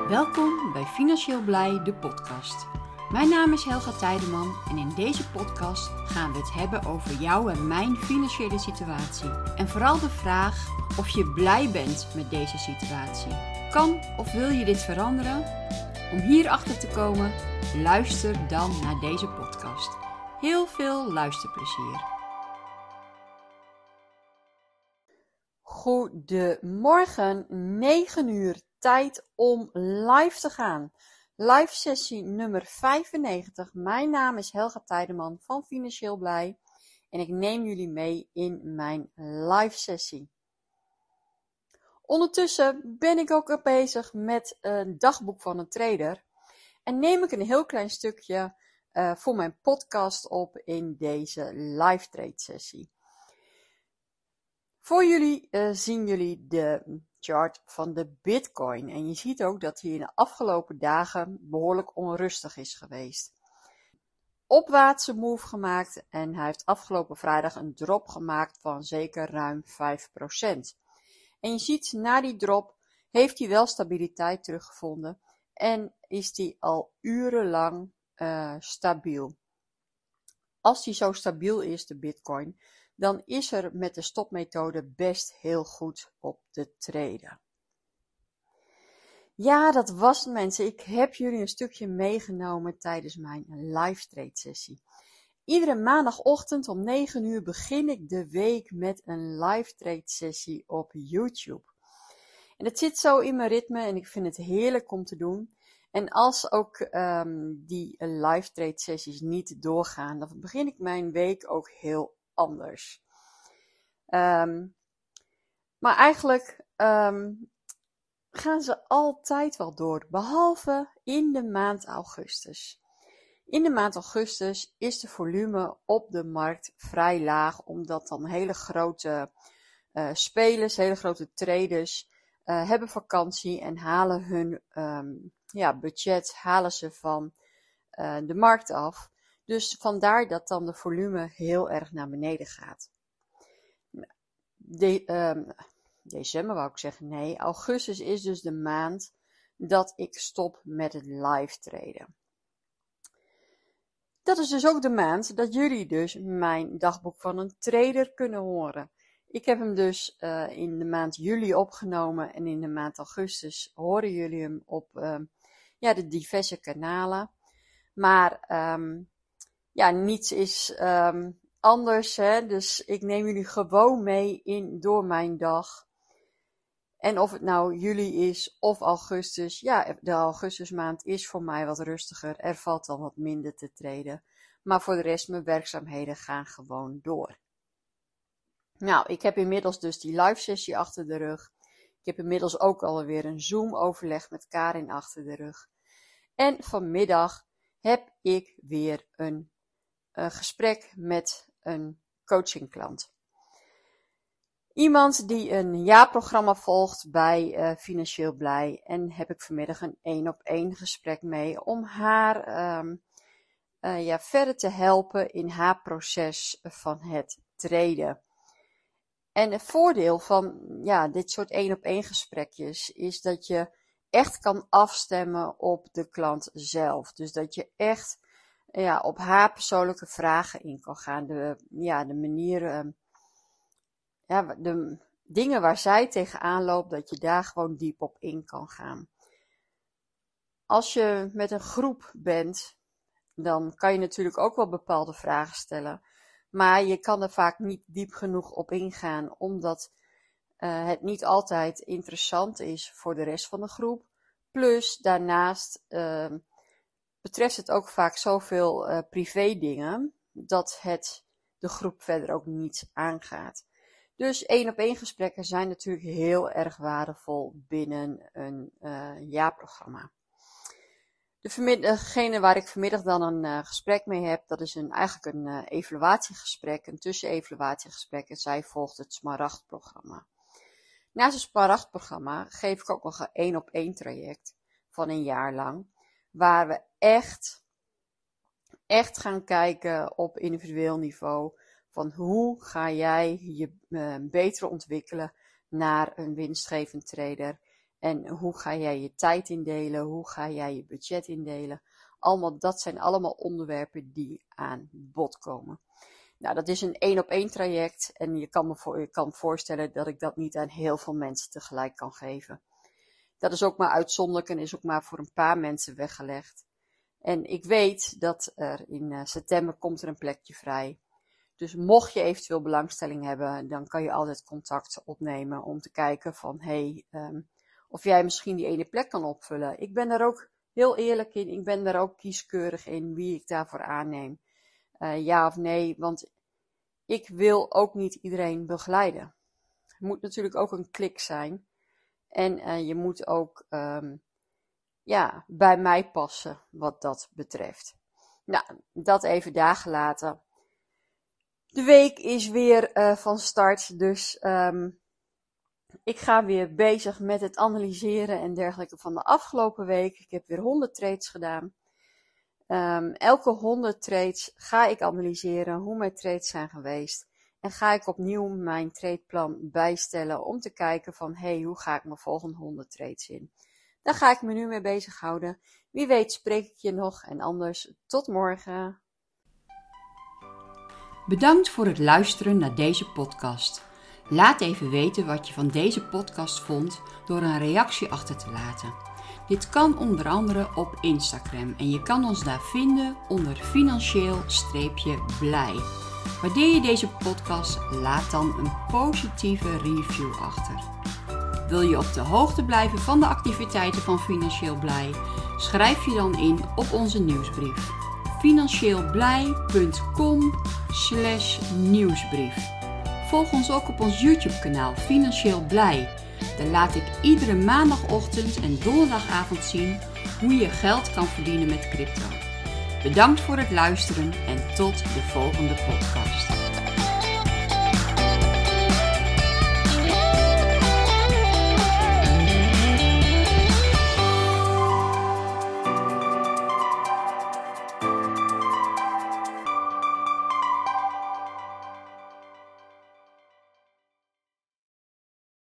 Welkom bij Financieel Blij, de podcast. Mijn naam is Helga Tijdeman en in deze podcast gaan we het hebben over jou en mijn financiële situatie. En vooral de vraag of je blij bent met deze situatie. Kan of wil je dit veranderen? Om hierachter te komen, luister dan naar deze podcast. Heel veel luisterplezier. Goedemorgen, 9 uur, tijd om live te gaan. Live sessie nummer 95. Mijn naam is Helga Tijdeman van Financieel Blij en ik neem jullie mee in mijn live sessie. Ondertussen ben ik ook bezig met een dagboek van een trader en neem ik een heel klein stukje voor mijn podcast op in deze live trade sessie. Voor jullie zien jullie de chart van de Bitcoin. En je ziet ook dat hij in de afgelopen dagen behoorlijk onrustig is geweest. Opwaartse move gemaakt en hij heeft afgelopen vrijdag een drop gemaakt van zeker ruim 5%. En je ziet na die drop heeft hij wel stabiliteit teruggevonden en is hij al urenlang stabiel. Als hij zo stabiel is, de Bitcoin, dan is er met de stopmethode best heel goed op te traden. Ja, dat was het, mensen. Ik heb jullie een stukje meegenomen tijdens mijn live trade sessie. Iedere maandagochtend om 9 uur begin ik de week met een live trade sessie op YouTube. En het zit zo in mijn ritme en ik vind het heerlijk om te doen. En als ook die live trade sessies niet doorgaan, dan begin ik mijn week ook heel anders. Maar eigenlijk gaan ze altijd wel door, behalve in de maand augustus. In de maand augustus is de volume op de markt vrij laag, omdat dan hele grote spelers, hele grote traders hebben vakantie en halen hun budget halen ze van de markt af. Dus vandaar dat dan de volume heel erg naar beneden gaat. December wou ik zeggen, nee, augustus is dus de maand dat ik stop met het live traden. Dat is dus ook de maand dat jullie dus mijn dagboek van een trader kunnen horen. Ik heb hem dus in de maand juli opgenomen en in de maand augustus horen jullie hem op de diverse kanalen. Maar niets is anders, hè? Dus ik neem jullie gewoon mee door mijn dag. En of het nou juli is of augustus, ja, de augustusmaand is voor mij wat rustiger. Er valt dan wat minder te traden. Maar voor de rest, mijn werkzaamheden gaan gewoon door. Nou, ik heb inmiddels dus die live sessie achter de rug. Ik heb inmiddels ook alweer een Zoom overleg met Karin achter de rug. En vanmiddag heb ik weer een gesprek met een coachingklant. Iemand die een jaarprogramma volgt bij Financieel Blij. En heb ik vanmiddag een 1-op-1 gesprek mee om haar verder te helpen in haar proces van het traden. En het voordeel van dit soort 1-op-1 gesprekjes is dat je echt kan afstemmen op de klant zelf. Dus dat je echt op haar persoonlijke vragen in kan gaan. De manier, de dingen waar zij tegenaan loopt, dat je daar gewoon diep op in kan gaan. Als je met een groep bent, dan kan je natuurlijk ook wel bepaalde vragen stellen. Maar je kan er vaak niet diep genoeg op ingaan, omdat het niet altijd interessant is voor de rest van de groep. Plus, daarnaast betreft het ook vaak zoveel privé dingen, dat het de groep verder ook niet aangaat. Dus 1-op-1 gesprekken zijn natuurlijk heel erg waardevol binnen een jaarprogramma. Degene waar ik vanmiddag dan een gesprek mee heb, dat is eigenlijk een evaluatiegesprek, een tussenevaluatiegesprek en zij volgt het Smaragd-programma. Naast het Smaragd-programma geef ik ook nog een 1-op-1 traject van een jaar lang, waar we echt gaan kijken op individueel niveau van hoe ga jij je beter ontwikkelen naar een winstgevend trader En hoe ga jij je tijd indelen? Hoe ga jij je budget indelen? Dat zijn allemaal onderwerpen die aan bod komen. Nou, dat is een 1-op-1 traject en je kan voorstellen dat ik dat niet aan heel veel mensen tegelijk kan geven. Dat is ook maar uitzonderlijk en is ook maar voor een paar mensen weggelegd. En ik weet dat er in september komt er een plekje vrij. Dus mocht je eventueel belangstelling hebben, dan kan je altijd contact opnemen om te kijken van of jij misschien die ene plek kan opvullen. Ik ben daar ook heel eerlijk in, ik ben daar ook kieskeurig in wie ik daarvoor aanneem. Ja of nee, want ik wil ook niet iedereen begeleiden. Het moet natuurlijk ook een klik zijn. En je moet ook bij mij passen wat dat betreft. Nou, dat even daar gelaten. De week is weer van start, dus ik ga weer bezig met het analyseren en dergelijke van de afgelopen week. Ik heb weer 100 trades gedaan. Elke 100 trades ga ik analyseren hoe mijn trades zijn geweest. En ga ik opnieuw mijn tradeplan bijstellen om te kijken van hoe ga ik mijn volgende 100 trades in. Daar ga ik me nu mee bezighouden. Wie weet spreek ik je nog en anders tot morgen. Bedankt voor het luisteren naar deze podcast. Laat even weten wat je van deze podcast vond door een reactie achter te laten. Dit kan onder andere op Instagram en je kan ons daar vinden onder financieel-blij. Waardeer je deze podcast, laat dan een positieve review achter. Wil je op de hoogte blijven van de activiteiten van Financieel Blij? Schrijf je dan in op onze nieuwsbrief. financieelblij.com/nieuwsbrief. Volg ons ook op ons YouTube kanaal Financieel Blij. Daar laat ik iedere maandagochtend en donderdagavond zien hoe je geld kan verdienen met crypto. Bedankt voor het luisteren en tot de volgende podcast.